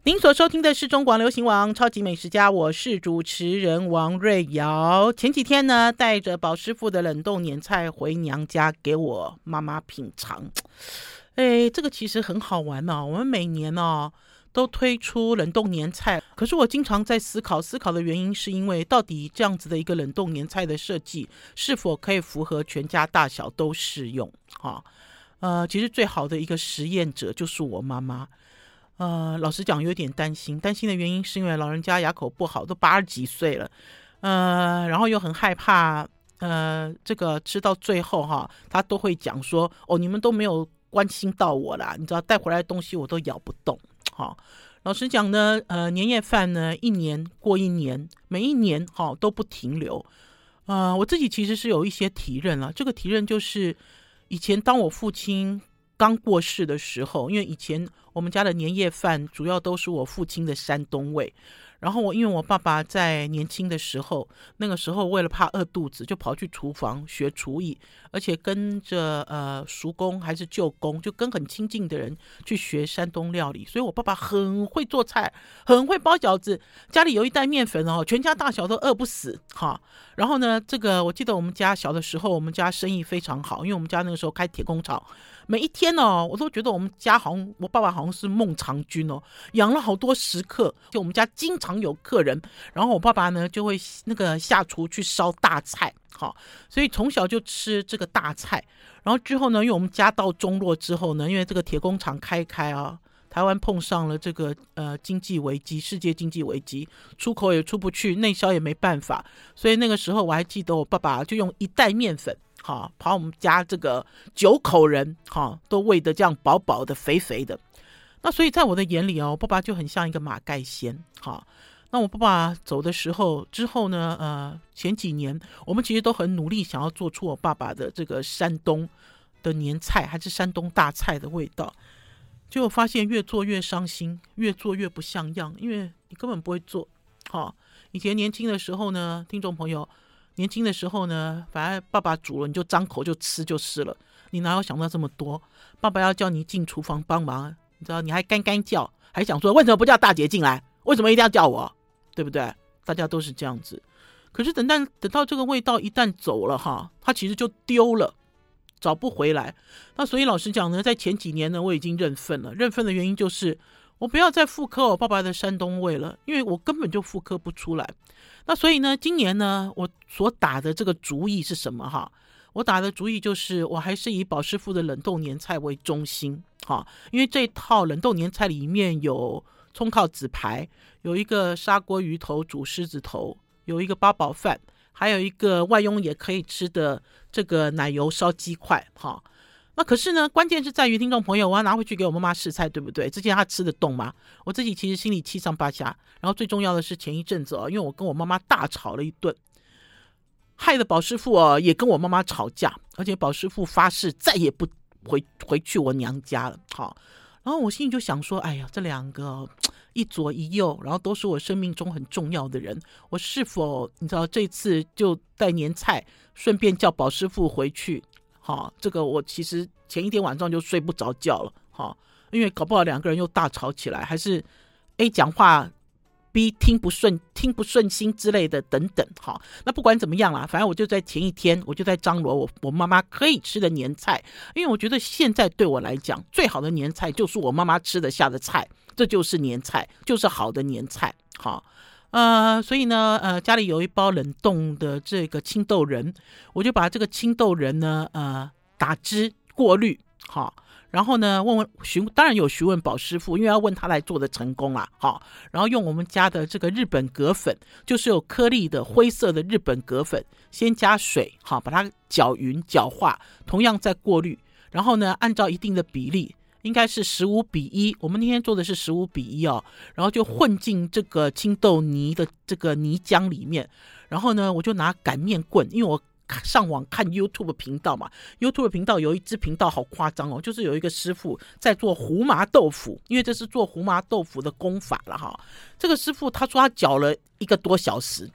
您所收听的是中广流行网超级美食家，我是主持人王瑞瑶。前几天呢，带着宝师傅的冷冻年菜回娘家给我妈妈品尝。这个其实很好玩哦。我们每年都推出冷冻年菜，可是我经常在思考的原因是因为到底这样子的一个冷冻年菜的设计是否可以符合全家大小都适用其实最好的一个实验者就是我妈妈。老实讲有点担心的原因是因为老人家牙口不好，都80几岁了，然后又很害怕这个吃到最后他都会讲说你们都没有关心到我啦，你知道带回来的东西我都咬不动。老实讲呢，年夜饭呢一年过一年，每一年都不停留。我自己其实是有一些体认了，这个体认就是以前当我父亲刚过世的时候，因为以前我们家的年夜饭主要都是我父亲的山东味，然后因为我爸爸在年轻的时候，那个时候为了怕饿肚子，就跑去厨房学厨艺，而且跟着叔公还是舅公，就跟很亲近的人去学山东料理，所以我爸爸很会做菜，很会包饺子，家里有一袋面粉全家大小都饿不死然后呢，这个我记得我们家小的时候，我们家生意非常好，因为我们家那个时候开铁工厂，每一天我都觉得我们家我爸爸好像是孟尝君养了好多食客，就我们家经常有客人，然后我爸爸呢就会那个下厨去烧大菜所以从小就吃这个大菜。然后之后呢，因为我们家道中落之后呢，因为这个铁工厂开台湾碰上了这个经济危机，世界经济危机，出口也出不去，内销也没办法，所以那个时候我还记得我爸爸就用一袋面粉把我们家这个9口人都喂得这样饱饱的肥肥的。那所以在我的眼里我爸爸就很像一个马盖先那我爸爸走的时候之后呢，前几年我们其实都很努力想要做出我爸爸的这个山东的年菜还是山东大菜的味道，结果发现越做越伤心，越做越不像样，因为你根本不会做以前年轻的时候呢，听众朋友，年轻的时候呢，反正爸爸煮了你就张口就吃就是了，你哪有想到这么多？爸爸要叫你进厨房帮忙，你知道你还干干叫，还想说为什么不叫大姐进来，为什么一定要叫我，对不对？大家都是这样子。可是等到这个味道一旦走了它其实就丢了，找不回来。那所以老实讲呢，在前几年呢，我已经认份了。认份的原因就是我不要再复刻我爸爸的山东味了，因为我根本就复刻不出来。那所以呢，今年呢，我所打的这个主意是什么我打的主意就是我还是以宝师傅的冷冻年菜为中心因为这套冷冻年菜里面有葱靠子排，有一个砂锅鱼头煮狮子头，有一个八宝饭，还有一个外佣也可以吃的这个奶油烧鸡块那可是呢，关键是在于听众朋友，我要拿回去给我妈妈试菜，对不对？之前她吃得动吗？我自己其实心里七上八下。然后最重要的是前一阵子因为我跟我妈妈大吵了一顿，害得宝师傅也跟我妈妈吵架，而且宝师傅发誓再也不回去我娘家了然后我心里就想说，哎呀，这两个一左一右，然后都是我生命中很重要的人，我是否你知道这次就带年菜顺便叫宝师傅回去这个我其实前一天晚上就睡不着觉了因为搞不好两个人又大吵起来，还是 A 讲话 B 听不顺心之类的等等那不管怎么样啦，反正我就在前一天我就在张罗我妈妈可以吃的年菜，因为我觉得现在对我来讲最好的年菜就是我妈妈吃得下的菜，这就是年菜，就是好的年菜所以呢家里有一包冷冻的这个青豆仁，我就把这个青豆仁呢打汁过滤然后呢当然有询问宝师傅，因为要问他来做的成功然后用我们家的这个日本葛粉，就是有颗粒的灰色的日本葛粉，先加水把它搅匀搅化，同样再过滤，然后呢按照一定的比例，应该是15:1，我们那天做的是15:1然后就混进这个青豆泥的这个泥浆里面，然后呢我就拿擀面棍，因为我上网看 YouTube 频道嘛， YouTube 频道有一支频道好夸张就是有一个师傅在做胡麻豆腐，因为这是做胡麻豆腐的功法了这个师傅他说他搅了1个多小时，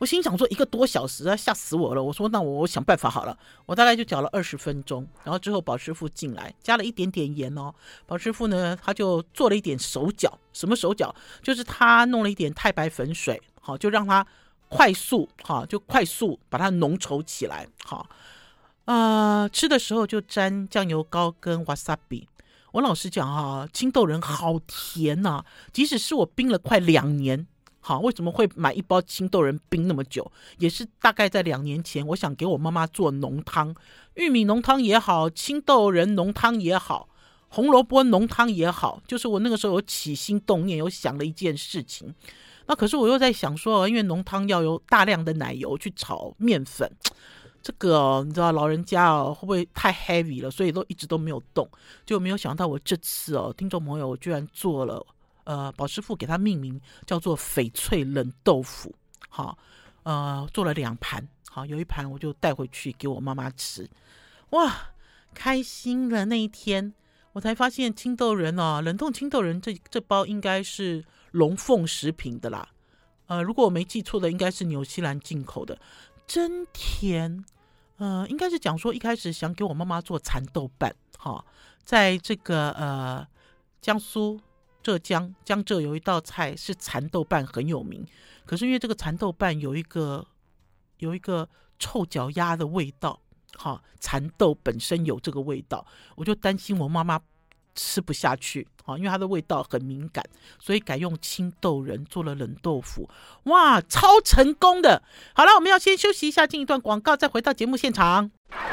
我心想说1个多小时啊，吓死我了。我说那我想办法好了，我大概就搅了20分钟，然后之后宝师傅进来，加了一点点盐哦。宝师傅呢，他就做了一点手搅，什么手搅？就是他弄了一点太白粉水，好，就让它快速把它浓稠起来，好，吃的时候就沾酱油膏跟 wasabi。我老实讲哈，青豆仁好甜啊，即使是我冰了快2年。好，为什么会买一包青豆仁冰那么久？也是大概在2年前，我想给我妈妈做浓汤，玉米浓汤也好，青豆仁浓汤也好，红萝卜浓汤也好，就是我那个时候有起心动念，有想了一件事情。那可是我又在想说，因为浓汤要有大量的奶油去炒面粉，这个你知道老人家会不会太 heavy 了？所以一直都没有动，就没有想到我这次听众朋友，我居然做了。宝师傅给它命名叫做翡翠冷豆腐，好，做了2盘，好，有一盘我就带回去给我妈妈吃，哇，开心了。那一天我才发现青豆仁冷冻青豆仁这包应该是龙凤食品的啦，如果我没记错的，应该是纽西兰进口的，真甜。应该是讲说一开始想给我妈妈做蚕豆瓣，好，在这个江苏。浙江江浙有一道菜是蚕豆瓣很有名，可是因为这个蚕豆瓣有一个臭脚丫的味道，好，蚕豆本身有这个味道，我就担心我妈妈吃不下去，好，因为它的味道很敏感，所以改用青豆仁做了冷豆腐，哇，超成功的。好了，我们要先休息一下，进一段广告，再回到节目现场。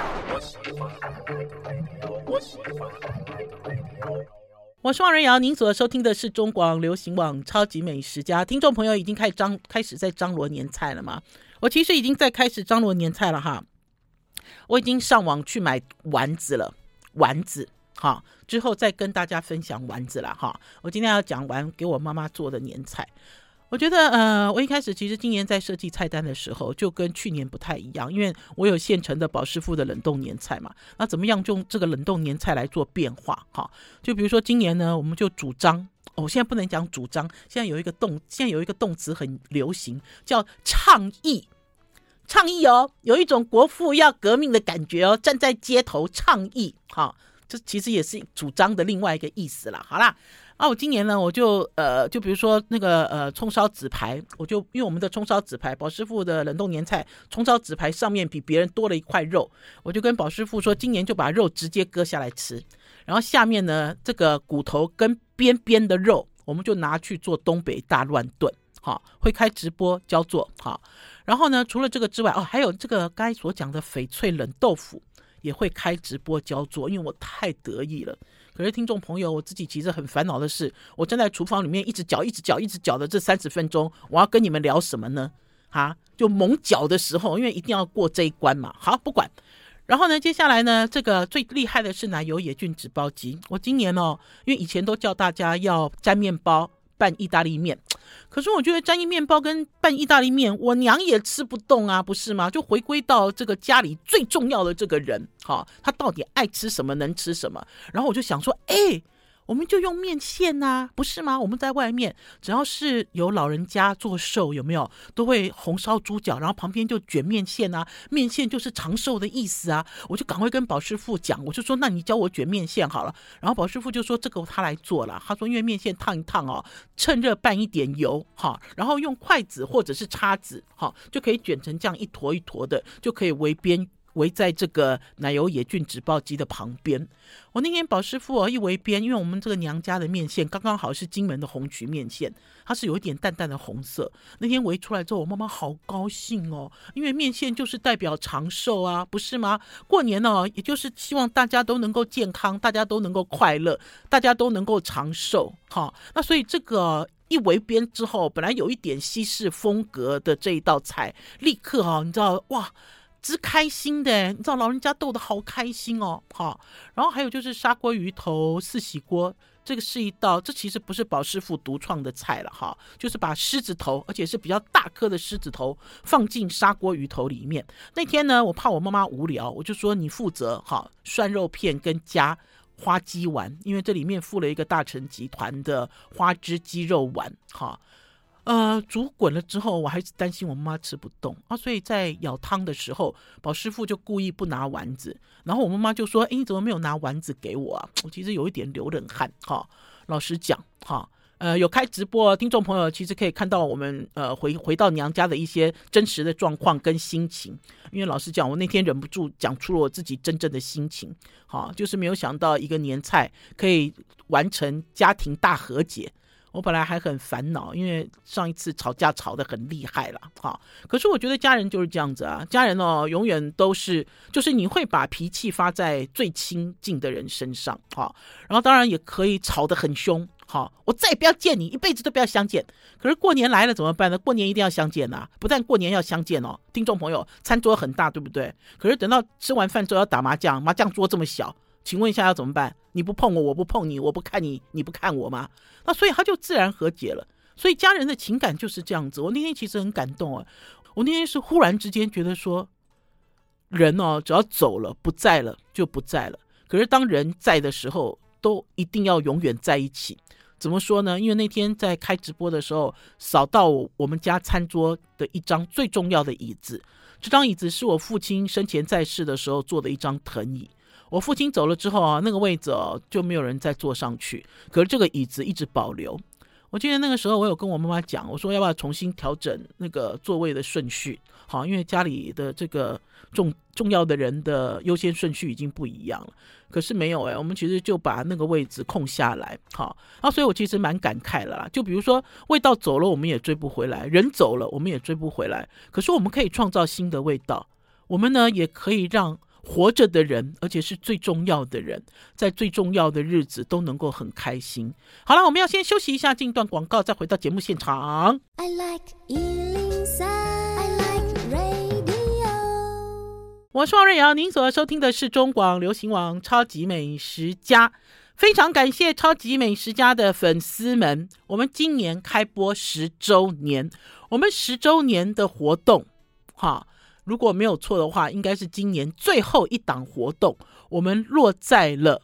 我是王仁瑶，您所收听的是中广流行网超级美食家。听众朋友已经开始在张罗年菜了吗？我其实已经在开始张罗年菜了哈，我已经上网去买丸子了，丸子哈，之后再跟大家分享丸子了哈。我今天要讲完给我妈妈做的年菜。我觉得我一开始其实今年在设计菜单的时候就跟去年不太一样，因为我有现成的宝师傅的冷冻年菜嘛，那怎么样用这个冷冻年菜来做变化？就比如说今年呢，我们就主张，现在不能讲主张，现在有一个动词很流行，叫倡议。倡议有一种国父要革命的感觉站在街头倡议，这其实也是主张的另外一个意思啦。好啦。我今年呢，我就比如说那个葱烧紫排，因为我们的葱烧紫排，宝师傅的冷冻年菜葱烧紫排上面比别人多了一块肉，我就跟宝师傅说，今年就把肉直接割下来吃，然后下面呢这个骨头跟边边的肉，我们就拿去做东北大乱炖，好，会开直播教做，好，然后呢除了这个之外，还有这个刚才所讲的翡翠冷豆腐也会开直播教做，因为我太得意了。可是听众朋友，我自己其实很烦恼的是，我站在厨房里面一直搅的这30分钟，我要跟你们聊什么呢？就猛搅的时候，因为一定要过这一关嘛。好，不管。然后呢，接下来呢，这个最厉害的是奶油野菌纸包鸡。我今年因为以前都叫大家要沾面包拌意大利面，可是我觉得沾面包跟拌意大利面，我娘也吃不动啊，不是吗？就回归到这个家里最重要的这个人，他到底爱吃什么，能吃什么？然后我就想说，我们就用面线啊，不是吗？我们在外面只要是有老人家做寿，有没有都会红烧猪脚，然后旁边就卷面线啊，面线就是长寿的意思啊。我就赶快跟宝师傅讲，我就说那你教我卷面线好了。然后宝师傅就说这个他来做了，他说因为面线烫一烫趁热拌一点油然后用筷子或者是叉子就可以卷成这样一坨一坨的，就可以围在这个奶油野菌纸包鸡的旁边。我那天宝师傅一围边，因为我们这个娘家的面线刚刚好是金门的红曲面线，它是有一点淡淡的红色。那天围出来之后，我妈妈好高兴因为面线就是代表长寿啊，不是吗？过年也就是希望大家都能够健康，大家都能够快乐，大家都能够长寿那所以这个一围边之后，本来有一点西式风格的这一道菜，立刻你知道哇，之开心的，你知道老人家斗得好开心然后还有就是砂锅鱼头四喜锅，这个是一道，这其实不是宝师傅独创的菜了就是把狮子头，而且是比较大颗的狮子头放进砂锅鱼头里面。那天呢，我怕我妈妈无聊，我就说你负责涮肉片跟加花鸡丸，因为这里面附了一个大成集团的花枝鸡肉丸煮滚了之后，我还是担心我妈妈吃不动啊，所以在舀汤的时候，宝师傅就故意不拿丸子，然后我妈妈就说：“哎，你怎么没有拿丸子给我啊？”我其实有一点流冷汗哈，老实讲哈。有开直播，听众朋友其实可以看到我们回到娘家的一些真实的状况跟心情。因为老实讲，我那天忍不住讲出了我自己真正的心情，好，就是没有想到一个年菜可以完成家庭大和解。我本来还很烦恼，因为上一次吵架吵得很厉害了，哈。可是我觉得家人就是这样子啊，家人永远都是，就是你会把脾气发在最亲近的人身上，哈。然后当然也可以吵得很凶，好，我再也不要见你，一辈子都不要相见。可是过年来了怎么办呢？过年一定要相见啊！不但过年要相见听众朋友，餐桌很大，对不对？可是等到吃完饭之后要打麻将，麻将桌这么小。请问一下要怎么办？你不碰我，我不碰你，我不看你，你不看我吗？那所以他就自然和解了。所以家人的情感就是这样子。我那天其实很感动我那天是忽然之间觉得说，人只要走了不在了就不在了。可是当人在的时候，都一定要永远在一起。怎么说呢？因为那天在开直播的时候，扫到我们家餐桌的一张最重要的椅子，这张椅子是我父亲生前在世的时候坐的一张藤椅。我父亲走了之后那个位置就没有人再坐上去，可是这个椅子一直保留。我记得那个时候我有跟我妈妈讲，我说要不要重新调整那个座位的顺序，好，因为家里的这个重要的人的优先顺序已经不一样了。可是没有我们其实就把那个位置空下来，好，所以我其实蛮感慨了啦。就比如说味道走了我们也追不回来，人走了我们也追不回来，可是我们可以创造新的味道，我们呢也可以让活着的人，而且是最重要的人，在最重要的日子都能够很开心。好了，我们要先休息一下，进一段广告，再回到节目现场。I like 103, I like radio。 我是王瑞瑶，您所收听的是中广流行网超级美食家。非常感谢超级美食家的粉丝们，我们今年开播10周年，我们10周年的活动如果没有错的话，应该是今年最后一档活动，我们落在了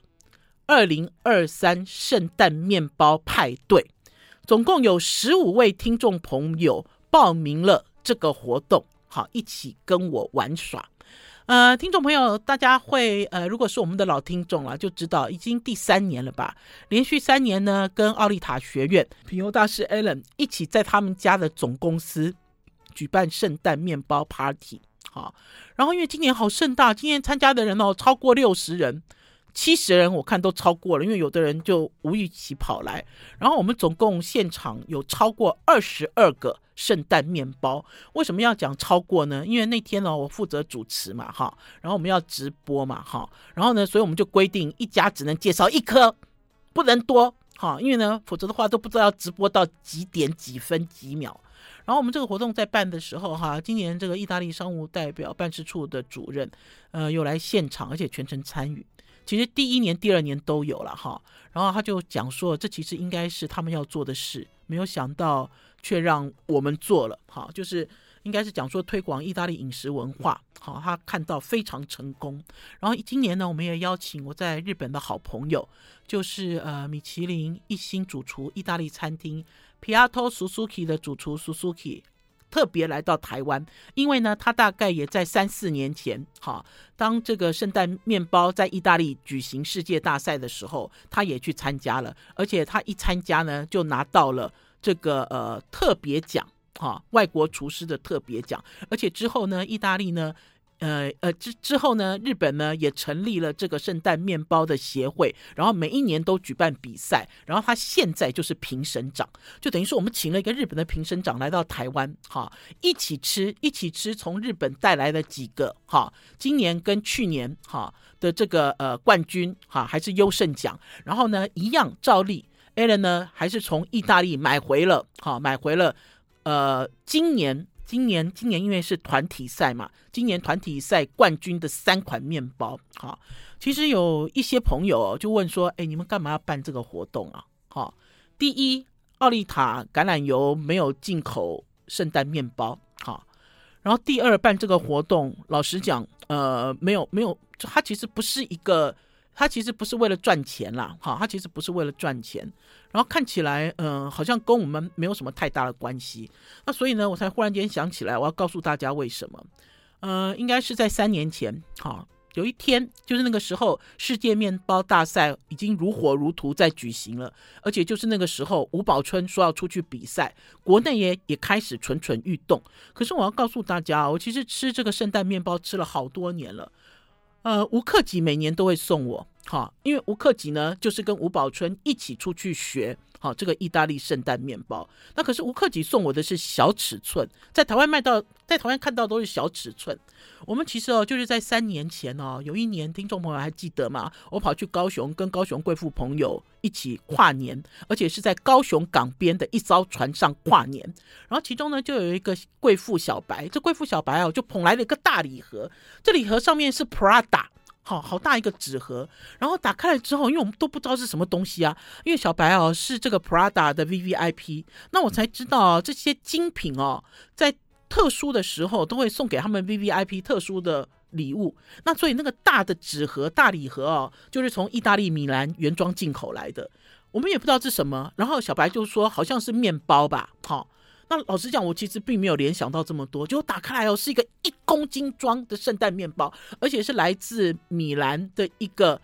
2023圣诞面包派对。总共有15位听众朋友报名了这个活动，好，一起跟我玩耍。听众朋友，大家会如果是我们的老听众了，就知道已经第3年了吧，连续3年呢，跟奥利塔学院品油大师 Alan 一起在他们家的总公司举办圣诞面包 party。好，然后因为今年好盛大，今年参加的人超过60人，70人我看都超过了，因为有的人就无预期跑来。然后我们总共现场有超过22个圣诞面包。为什么要讲超过呢？因为那天我负责主持嘛然后我们要直播嘛然后呢，所以我们就规定一家只能介绍1颗，不能多因为呢，否则的话都不知道要直播到几点几分几秒。然后我们这个活动在办的时候今年这个意大利商务代表办事处的主任有来现场，而且全程参与。其实第1年第2年都有了然后他就讲说这其实应该是他们要做的事，没有想到却让我们做了就是应该是讲说推广意大利饮食文化他看到非常成功。然后今年呢，我们也邀请我在日本的好朋友，就是米其林1星主厨意大利餐厅Piatto Suzuki 的主厨 Suzuki 特别来到台湾，因为呢他大概也在3-4年前当这个圣诞面包在意大利举行世界大赛的时候，他也去参加了，而且他一参加呢就拿到了这个特别奖外国厨师的特别奖。而且之后呢，意大利呢之后呢，日本呢也成立了这个圣诞面包的协会，然后每1年都举办比赛，然后他现在就是评审长，就等于说我们请了一个日本的评审长来到台湾一起吃从日本带来的几个今年跟去年的这个冠军还是优胜奖，然后呢一样照例 Alan 呢还是从意大利买回了今年因为是团体赛嘛，今年团体赛冠军的3款面包其实有一些朋友就问说，你们干嘛要办这个活动啊第一，奥利塔橄榄油没有进口圣诞面包然后第二，办这个活动老实讲没有它其实不是一个它其实不是为了赚钱啦，它其实不是为了赚钱，然后看起来好像跟我们没有什么太大的关系。那所以呢，我才忽然间想起来，我要告诉大家为什么。应该是在3年前，有一天，就是那个时候世界面包大赛已经如火如荼在举行了，而且就是那个时候吴宝春说要出去比赛，国内也开始蠢蠢欲动。可是我要告诉大家，我其实吃这个圣诞面包吃了好多年了。吴克己每年都会送我，因为吴克己呢就是跟吴宝春一起出去学这个意大利圣诞面包。那可是吴克己送我的是小尺寸，在台湾看到都是小尺寸。我们其实就是在3年前有一年听众朋友还记得吗？我跑去高雄跟高雄贵妇朋友一起跨年，而且是在高雄港边的一艘船上跨年。然后其中呢就有一个贵妇小白，这贵妇小白就捧来了一个大礼盒，这礼盒上面是 Prada，好大一个纸盒，然后打开来之后，因为我们都不知道是什么东西啊，因为小白是这个 Prada 的 VVIP， 那我才知道这些精品在特殊的时候都会送给他们 VVIP 特殊的礼物。那所以那个大的纸盒大礼盒就是从意大利米兰原装进口来的，我们也不知道是什么，然后小白就说好像是面包吧。那老实讲，我其实并没有联想到这么多，结果打开来是一个1公斤装的圣诞面包，而且是来自米兰的一个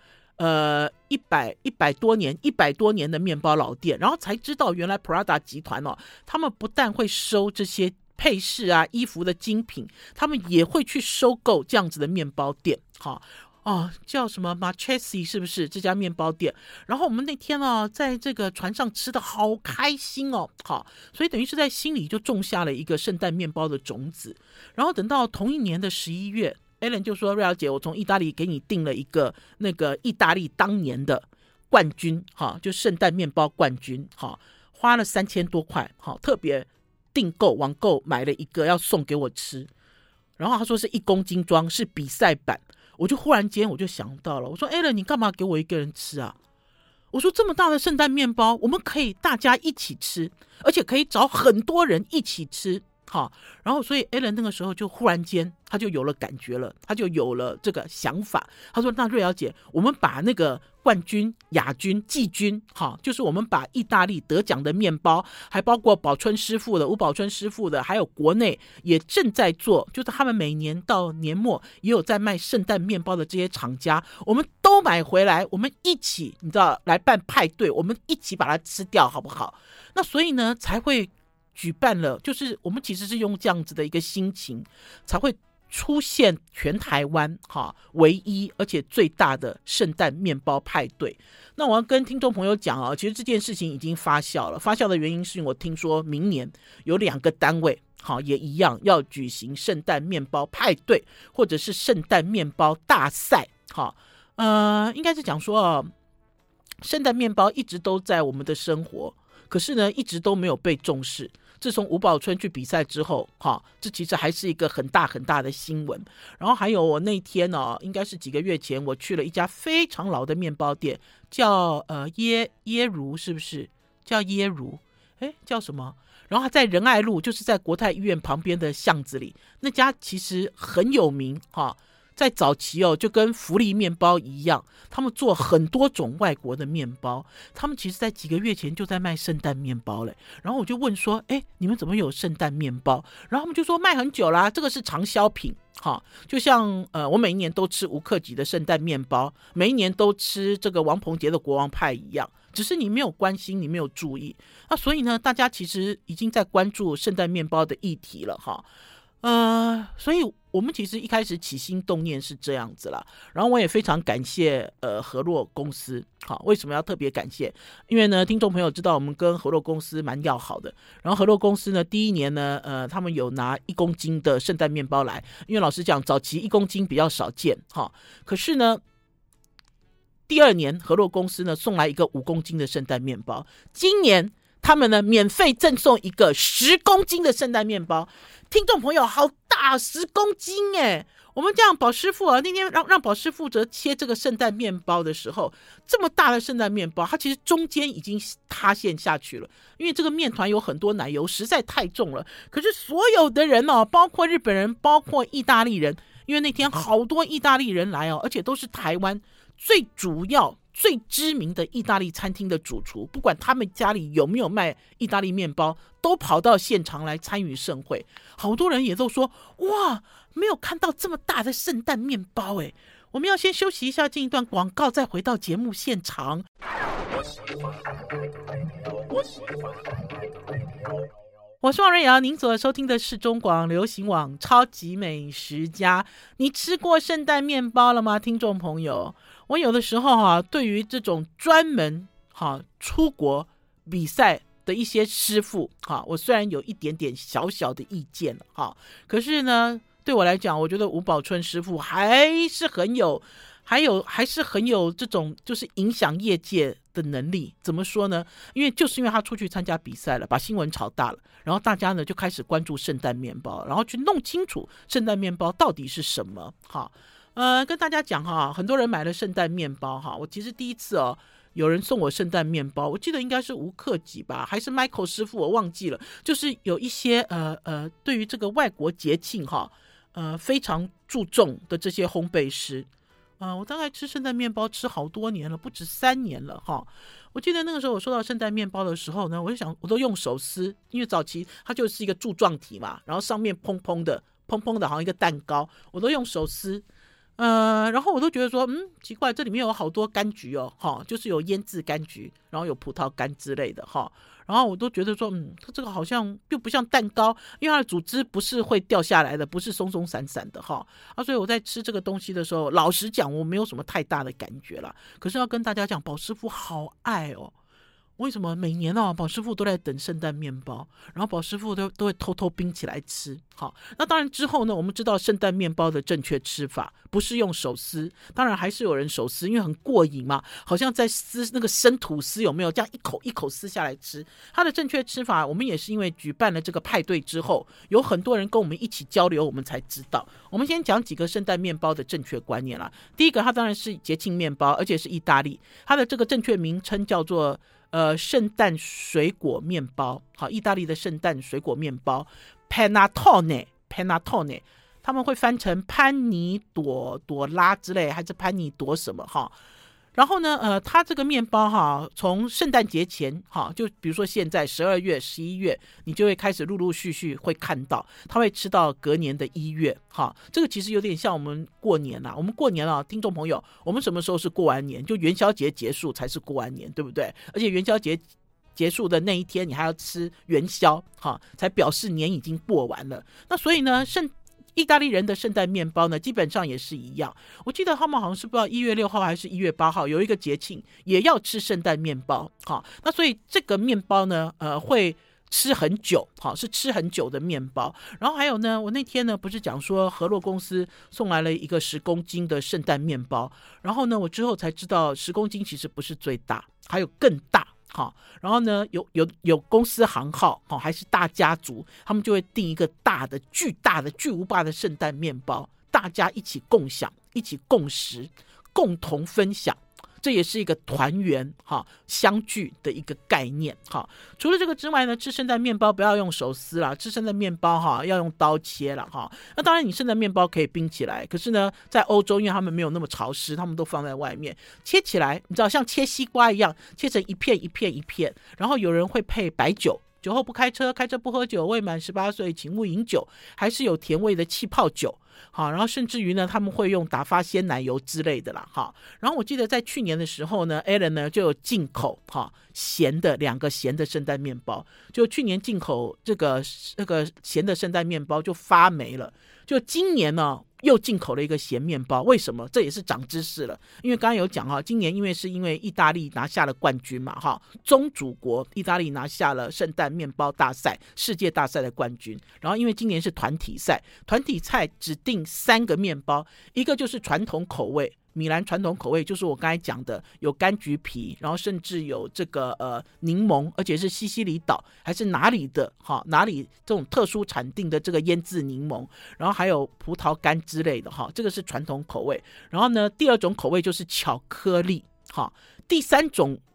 100多年的面包老店。然后才知道原来 Prada 集团他们不但会收这些配饰啊衣服的精品，他们也会去收购这样子的面包店。叫什么 Marchesi 是不是这家面包店？然后我们那天在这个船上吃的好开心所以等于是在心里就种下了一个圣诞面包的种子。然后等到同一年的11月 Ellen 就说，瑞瑶姐，我从意大利给你订了一个那个意大利当年的冠军就圣诞面包冠军花了3000多块特别订购网购买了一个要送给我吃。然后他说是1公斤装，是比赛版。我就忽然间我就想到了，我说 Ellen 你干嘛给我一个人吃啊？我说这么大的圣诞面包我们可以大家一起吃，而且可以找很多人一起吃。然后所以 Ellen 那个时候就忽然间他就有了感觉了，他就有了这个想法。他说那瑞瑶姐，我们把那个冠军亚军季军就是我们把意大利得奖的面包，还包括宝春师傅的吴宝春师傅的，还有国内也正在做，就是他们每年到年末也有在卖圣诞面包的这些厂家，我们都买回来，我们一起你知道来办派对，我们一起把它吃掉好不好？那所以呢才会举办了，就是我们其实是用这样子的一个心情，才会出现全台湾唯一而且最大的圣诞面包派对。那我要跟听众朋友讲其实这件事情已经发酵了，发酵的原因是我听说明年有2个单位也一样要举行圣诞面包派对，或者是圣诞面包大赛。应该是讲说圣诞面包一直都在我们的生活，可是呢一直都没有被重视。自从吴宝春去比赛之后这其实还是一个很大很大的新闻。然后还有我那天应该是几个月前我去了一家非常老的面包店，叫耶如，是不是叫耶如叫什么？然后他在仁爱路，就是在国泰医院旁边的巷子里，那家其实很有名在早期就跟福利面包一样，他们做很多种外国的面包，他们其实在几个月前就在卖圣诞面包了。然后我就问说你们怎么有圣诞面包？然后他们就说卖很久啦，这个是长销品就像我每一年都吃吴克己的圣诞面包，每一年都吃这个王鹏杰的国王派一样，只是你没有关心，你没有注意。那所以呢大家其实已经在关注圣诞面包的议题了所以我们其实一开始起心动念是这样子啦。然后我也非常感谢和洛公司。为什么要特别感谢？因为呢听众朋友知道我们跟和洛公司蛮要好的，然后和洛公司呢第一年呢他们有拿1公斤的圣诞面包来，因为老实讲早期1公斤比较少见可是呢第2年和洛公司呢送来一个5公斤的圣诞面包，今年他们呢免费赠送一个10公斤的圣诞面包。听众朋友好大，10公斤我们这样宝师傅那天让宝师傅责切这个圣诞面包的时候，这么大的圣诞面包它其实中间已经塌陷下去了，因为这个面团有很多奶油实在太重了。可是所有的人包括日本人包括意大利人，因为那天好多意大利人来而且都是台湾最主要最知名的意大利餐厅的主厨，不管他们家里有没有卖意大利面包，都跑到现场来参与盛会。好多人也都说，哇，没有看到这么大的圣诞面包耶。我们要先休息一下，进一段广告，再回到节目现场。我是王瑞瑶，您所收听的是中广流行网超级美食家。你吃过圣诞面包了吗，听众朋友？我有的时候对于这种专门出国比赛的一些师傅我虽然有一点点小小的意见可是呢，对我来讲，我觉得吴宝春师傅还是很有这种就是影响业界的能力。怎么说呢？因为他出去参加比赛了，把新闻炒大了，然后大家呢就开始关注圣诞面包，然后去弄清楚圣诞面包到底是什么。跟大家讲很多人买了圣诞面包我其实第一次有人送我圣诞面包，我记得应该是吴克己吧，还是 Michael 师傅，我忘记了。就是有一些对于这个外国节庆非常注重的这些烘焙师。我大概吃圣诞面包吃好多年了，不止3年了我记得那个时候我收到圣诞面包的时候呢，我就想我都用手撕，因为早期它就是一个柱状体嘛，然后上面蓬蓬的好像一个蛋糕，我都用手撕。然后我都觉得说奇怪，这里面有好多柑橘就是有腌制柑橘，然后有葡萄干之类的然后我都觉得说它这个好像又不像蛋糕，因为它的组织不是会掉下来的，不是松松散散的所以我在吃这个东西的时候，老实讲我没有什么太大的感觉啦。可是要跟大家讲，宝师傅好爱为什么每年宝师傅都在等圣诞面包，然后宝师傅都会偷偷冰起来吃那当然之后呢，我们知道圣诞面包的正确吃法不是用手撕，当然还是有人手撕，因为很过瘾嘛，好像在撕那个生吐司，有没有这样一口一口撕下来吃。它的正确吃法我们也是因为举办了这个派对之后，有很多人跟我们一起交流，我们才知道。我们先讲几个圣诞面包的正确观念啦。第一个，它当然是节庆面包，而且是意大利，它的这个正确名称叫做圣诞水果面包，意大利的圣诞水果面包 Panettone， 他们会翻成潘尼朵拉之类，还是潘尼朵什么然后呢它这个面包从圣诞节前就比如说现在12月11月，你就会开始陆陆续续会看到，它会吃到隔年的1月这个其实有点像我们过年啦。我们过年听众朋友，我们什么时候是过完年？就元宵节结束才是过完年，对不对？而且元宵节结束的那一天你还要吃元宵才表示年已经过完了。那所以呢意大利人的圣诞面包呢，基本上也是一样。我记得他们好像是不知道1月6号还是1月8号有一个节庆也要吃圣诞面包那所以这个面包呢会吃很久是吃很久的面包。然后还有呢，我那天呢不是讲说和洛公司送来了一个10公斤的圣诞面包，然后呢我之后才知道10公斤其实不是最大，还有更大然后呢有公司行号还是大家族，他们就会订一个大的巨大的巨无霸的圣诞面包，大家一起共享，一起共食，共同分享，这也是一个团圆相聚的一个概念除了这个之外呢，吃圣诞面包不要用手撕啦，吃圣诞面包要用刀切啦那当然你圣诞面包可以冰起来，可是呢在欧洲因为他们没有那么潮湿，他们都放在外面切起来，你知道像切西瓜一样，切成一片一片一片，然后有人会配白酒，酒后不开车，开车不喝酒，未满18岁请勿饮酒，还是有甜味的气泡酒然后甚至于呢他们会用打发鲜奶油之类的啦然后我记得在去年的时候呢 Alan 呢就有进口咸的2个咸的圣诞面包，就去年进口这个咸的圣诞面包就发霉了，就今年呢又进口了一个咸面包。为什么？这也是长知识了。因为刚刚有讲今年因为意大利拿下了冠军嘛宗主国意大利拿下了圣诞面包大赛世界大赛的冠军，然后因为今年是团体赛指定3个面包，一个就是传统口味，米兰传统口味，就是我刚才讲的有柑橘皮，然后甚至有这个柠檬，而且是西西里岛还是哪里的哪里这种特殊产地的这个腌制柠檬，然后还有葡萄干之类的这个是传统口味。然后呢第2种口味就是巧克力第3种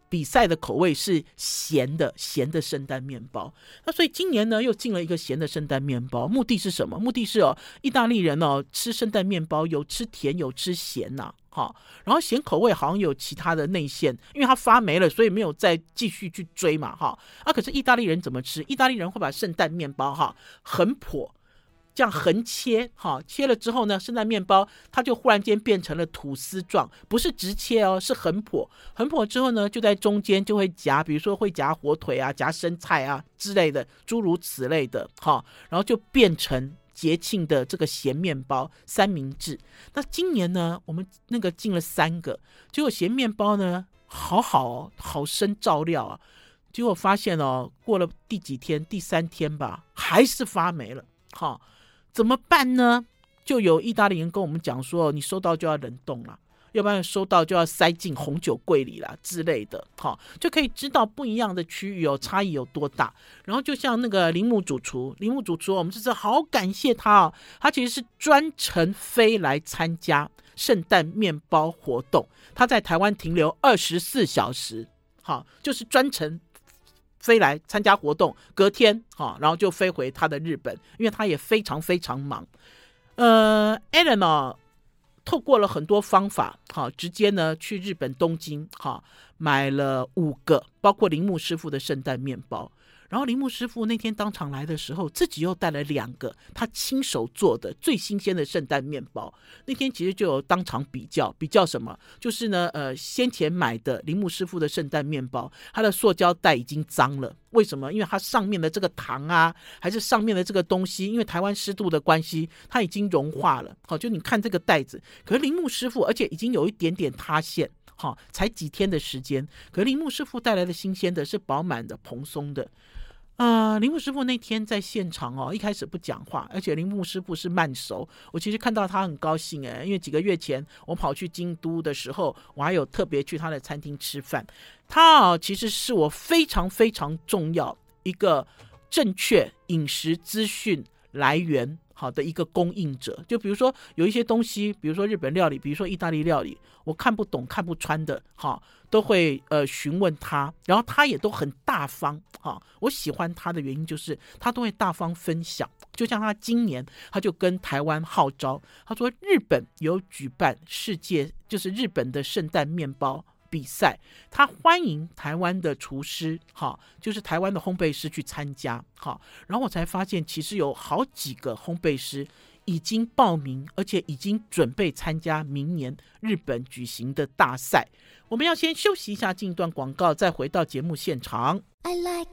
比赛的口味是咸的圣诞面包。那所以今年呢又进了一个咸的圣诞面包，目的是什么？目的是意大利人吃圣诞面包有吃甜有吃咸然后咸口味好像有其他的内馅，因为它发霉了，所以没有再继续去追嘛可是意大利人怎么吃？意大利人会把圣诞面包横剖，这样横切切了之后呢，圣诞面包它就忽然间变成了吐司状，不是直切是横剖。横剖之后呢，就在中间就会夹，比如说会夹火腿啊，夹生菜啊之类的，诸如此类的然后就变成节庆的这个咸面包三明治。那今年呢，我们那个进了3个，结果咸面包呢好生照料结果发现过了第几天，第3天吧，还是发霉了怎么办呢？就有意大利人跟我们讲说，你收到就要冷冻了，要不然收到就要塞进红酒柜里啦之类的就可以知道不一样的区域差异有多大。然后就像那个铃木主厨，我们这次好感谢他他其实是专程飞来参加圣诞面包活动，他在台湾停留24小时就是专程飞来参加活动，隔天然后就飞回他的日本，因为他也非常非常忙。Alan 透过了很多方法直接呢去日本东京买了5个，包括铃木师傅的圣诞面包。然后铃木师傅那天当场来的时候，自己又带了2个他亲手做的最新鲜的圣诞面包。那天其实就有当场比较什么，就是呢先前买的铃木师傅的圣诞面包，它的塑胶袋已经脏了。为什么？因为它上面的这个糖啊，还是上面的这个东西，因为台湾湿度的关系，它已经融化了就你看这个袋子，可是铃木师傅而且已经有一点点塌陷才几天的时间，可是铃木师傅带来的新鲜的是饱满的蓬松的。铃木师傅那天在现场一开始不讲话，而且铃木师傅是慢熟，我其实看到他很高兴因为几个月前我跑去京都的时候，我还有特别去他的餐厅吃饭。他其实是我非常非常重要一个正确饮食资讯来源的一个供应者。就比如说有一些东西，比如说日本料理，比如说意大利料理，我看不懂看不穿的都会询问他，然后他也都很大方我喜欢他的原因就是他都会大方分享。就像他今年他就跟台湾号召，他说日本有举办世界就是日本的圣诞面包比赛，他欢迎台湾的厨师就是台湾的烘焙师去参加然后我才发现其实有好几个烘焙师已经报名，而且已经准备参加明年日本举行的大赛。我们要先休息一下，进一段广告，再回到节目现场。 I like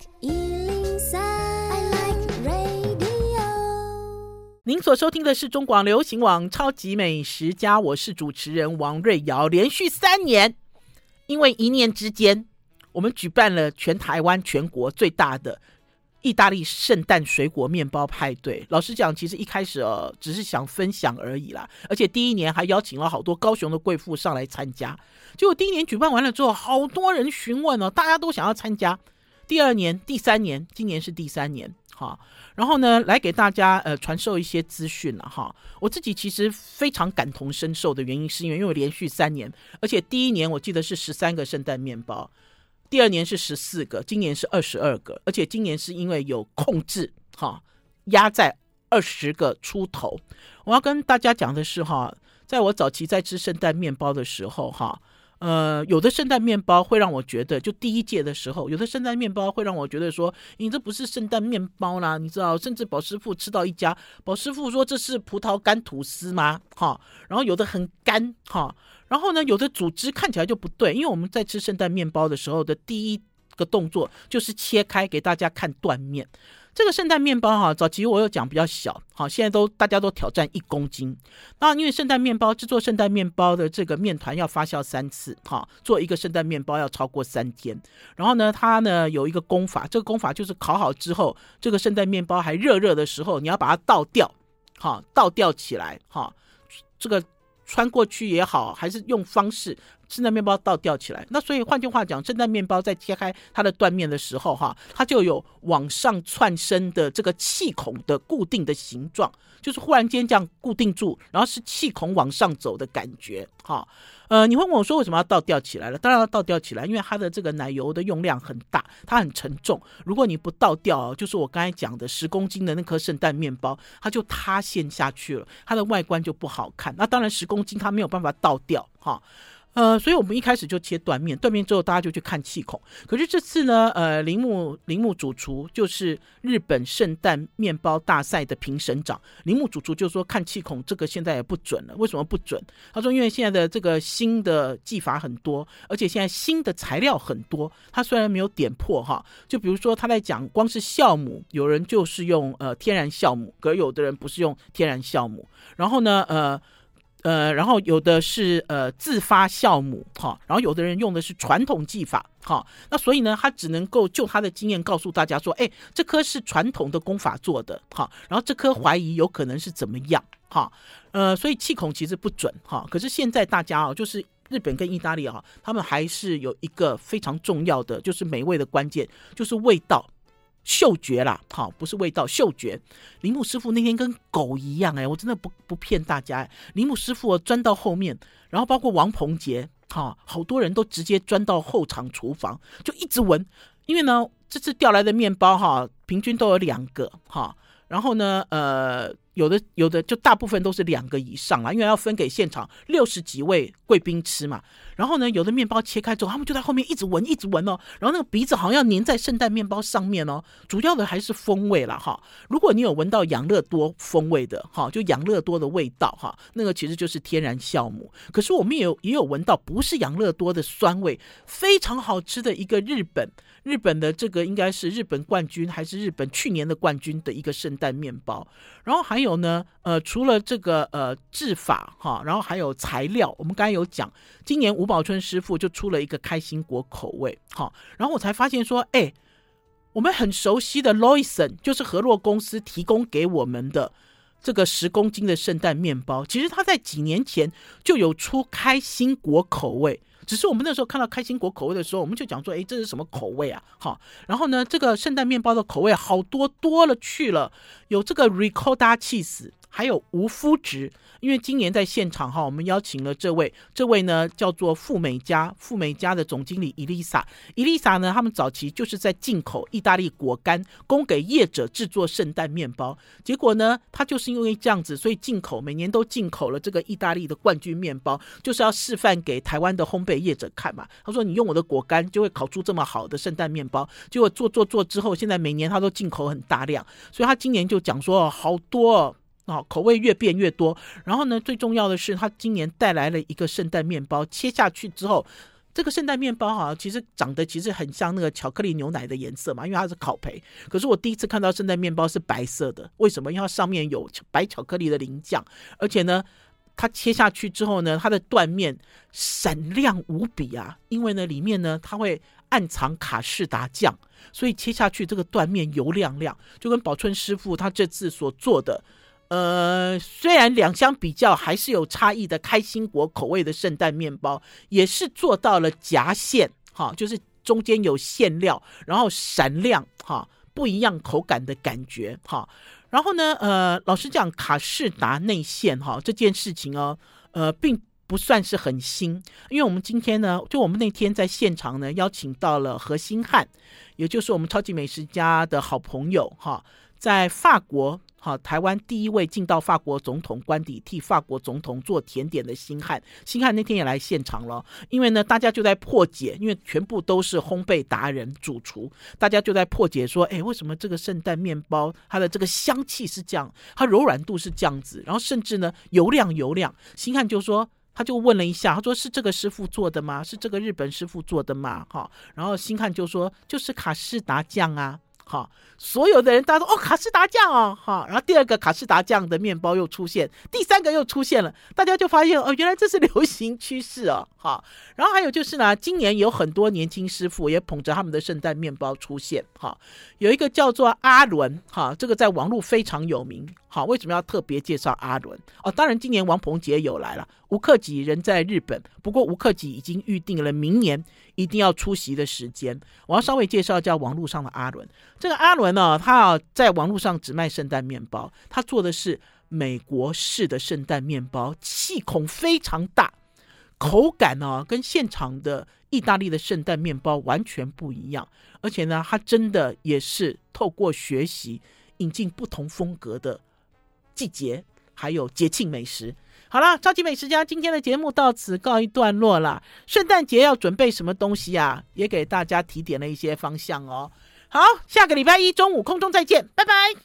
103, I like radio。 您所收听的是中广流行网超级美食家，我是主持人王瑞瑶。连续3年，因为一念之间，我们举办了全台湾全国最大的意大利圣诞水果面包派对。老实讲，其实一开始只是想分享而已啦，而且第1年还邀请了好多高雄的贵妇上来参加。结果第1年举办完了之后，好多人询问大家都想要参加。第2年、第3年，今年是第3年然后呢，来给大家传授一些资讯了我自己其实非常感同身受的原因，是因为我连续3年，而且第1年我记得是13个圣诞面包，第2年是14个，今年是22个，而且今年是因为有控制压在20个出头。我要跟大家讲的是在我早期在吃圣诞面包的时候有的圣诞面包会让我觉得，就第1届的时候，有的圣诞面包会让我觉得说，你这不是圣诞面包啦，你知道，甚至宝师傅吃到一家，宝师傅说这是葡萄干吐司吗然后有的很干然后呢有的组织看起来就不对，因为我们在吃圣诞面包的时候的第一个动作就是切开给大家看断面。这个圣诞面包早期我有讲比较小现在大家都挑战1公斤。那因为圣诞面包制作圣诞面包的这个面团要发酵3次做一个圣诞面包要超过3天。然后呢它呢有一个功法，这个功法就是烤好之后，这个圣诞面包还热热的时候，你要把它倒吊起来这个穿过去也好，还是用方式圣诞面包倒吊起来。那所以换句话讲，圣诞面包在切开它的断面的时候它就有往上窜升的这个气孔的固定的形状，就是忽然间这样固定住，然后是气孔往上走的感觉你会问我说为什么要倒吊起来了？当然要倒吊起来，因为它的这个奶油的用量很大，它很沉重。如果你不倒吊，就是我刚才讲的10公斤的那颗圣诞面包，它就塌陷下去了，它的外观就不好看。那当然10公斤它没有办法倒吊所以我们一开始就切断面之后大家就去看气孔。可是这次呢铃木主厨就是日本圣诞面包大赛的评审长，铃木主厨就说看气孔这个现在也不准了。为什么不准？他说因为现在的这个新的技法很多，而且现在新的材料很多，他虽然没有点破就比如说他在讲光是酵母，有人就是用天然酵母，可是有的人不是用天然酵母，然后呢然后有的是自发酵母然后有的人用的是传统技法那所以呢他只能够就他的经验告诉大家说这颗是传统的工法做的然后这颗怀疑有可能是怎么样所以气孔其实不准可是现在大家就是日本跟意大利他们还是有一个非常重要的，就是美味的关键，就是味道嗅觉啦不是味道，嗅觉。铃木师傅那天跟狗一样我真的不骗大家铃木师傅钻到后面，然后包括王鹏杰好多人都直接钻到后场厨房就一直闻，因为呢这次调来的面包平均都有2个然后呢有的就大部分都是2个以上啦，因为要分给现场60几位贵宾吃嘛。然后呢有的面包切开之后他们就在后面一直闻然后那个鼻子好像要粘在圣诞面包上面主要的还是风味啦如果你有闻到养乐多风味的就养乐多的味道那个其实就是天然酵母。可是我们也有闻到不是养乐多的酸味，非常好吃的一个日本的这个应该是日本冠军还是日本去年的冠军的一个圣诞面包。然后还有呢除了这个制法然后还有材料，我们刚才有讲今年吴宝春师傅就出了一个开心果口味然后我才发现说我们很熟悉的 Lawson 就是和洛公司提供给我们的这个10公斤的圣诞面包，其实他在几年前就有出开心果口味，只是我们那时候看到开心果口味的时候我们就讲说这是什么口味啊然后呢这个圣诞面包的口味好多了去了，有这个 ricotta cheese， 还有无麸质。因为今年在现场我们邀请了这位呢叫做富美家的总经理伊丽莎呢，他们早期就是在进口意大利果干供给业者制作圣诞面包，结果呢他就是因为这样子，所以每年都进口了这个意大利的冠军面包，就是要示范给台湾的烘焙业者看嘛。他说你用我的果干就会烤出这么好的圣诞面包，结果做之后，现在每年他都进口很大量，所以他今年就讲说好多口味越变越多。然后呢最重要的是他今年带来了一个圣诞面包，切下去之后这个圣诞面包其实长得很像那个巧克力牛奶的颜色嘛，因为它是烤培。可是我第一次看到圣诞面包是白色的，为什么？因为它上面有白巧克力的淋酱，而且呢它切下去之后呢它的断面闪亮无比因为呢里面呢它会暗藏卡士达酱，所以切下去这个断面油亮亮，就跟宝春师傅他这次所做的虽然两相比较还是有差异的开心果口味的圣诞面包，也是做到了夹馅就是中间有馅料，然后闪亮不一样口感的感觉然后呢老实讲卡士达内馅这件事情并不算是很新，因为我们今天呢就我们那天在现场呢邀请到了何新汉，也就是我们超级美食家的好朋友在法国台湾第一位进到法国总统官邸替法国总统做甜点的新汉那天也来现场了。因为呢大家就在破解，因为全部都是烘焙达人主厨，大家就在破解说为什么这个圣诞面包它的这个香气是这样，它柔软度是这样子，然后甚至呢油亮。新汉就说他就问了一下，他说是这个师傅做的吗？是这个日本师傅做的吗？然后新汉就说就是卡士达酱啊。所有的人大家说卡士达酱然后第2个卡士达酱的面包又出现，第3个又出现了，大家就发现原来这是流行趋势然后还有就是呢今年有很多年轻师傅也捧着他们的圣诞面包出现有一个叫做阿伦这个在网络非常有名好，为什么要特别介绍阿伦？当然今年王鹏杰有来了，吴克己人在日本，不过吴克己已经预定了明年一定要出席的时间。我要稍微介绍叫网络上的阿伦。这个阿伦呢，他在网络上只卖圣诞面包，他做的是美国式的圣诞面包，气孔非常大，口感跟现场的意大利的圣诞面包完全不一样，而且呢，他真的也是透过学习引进不同风格的季节还有节庆美食。好啦，超级美食家今天的节目到此告一段落啦。圣诞节要准备什么东西啊，也给大家提点了一些方向哦。好，下个礼拜一中午空中再见，拜拜。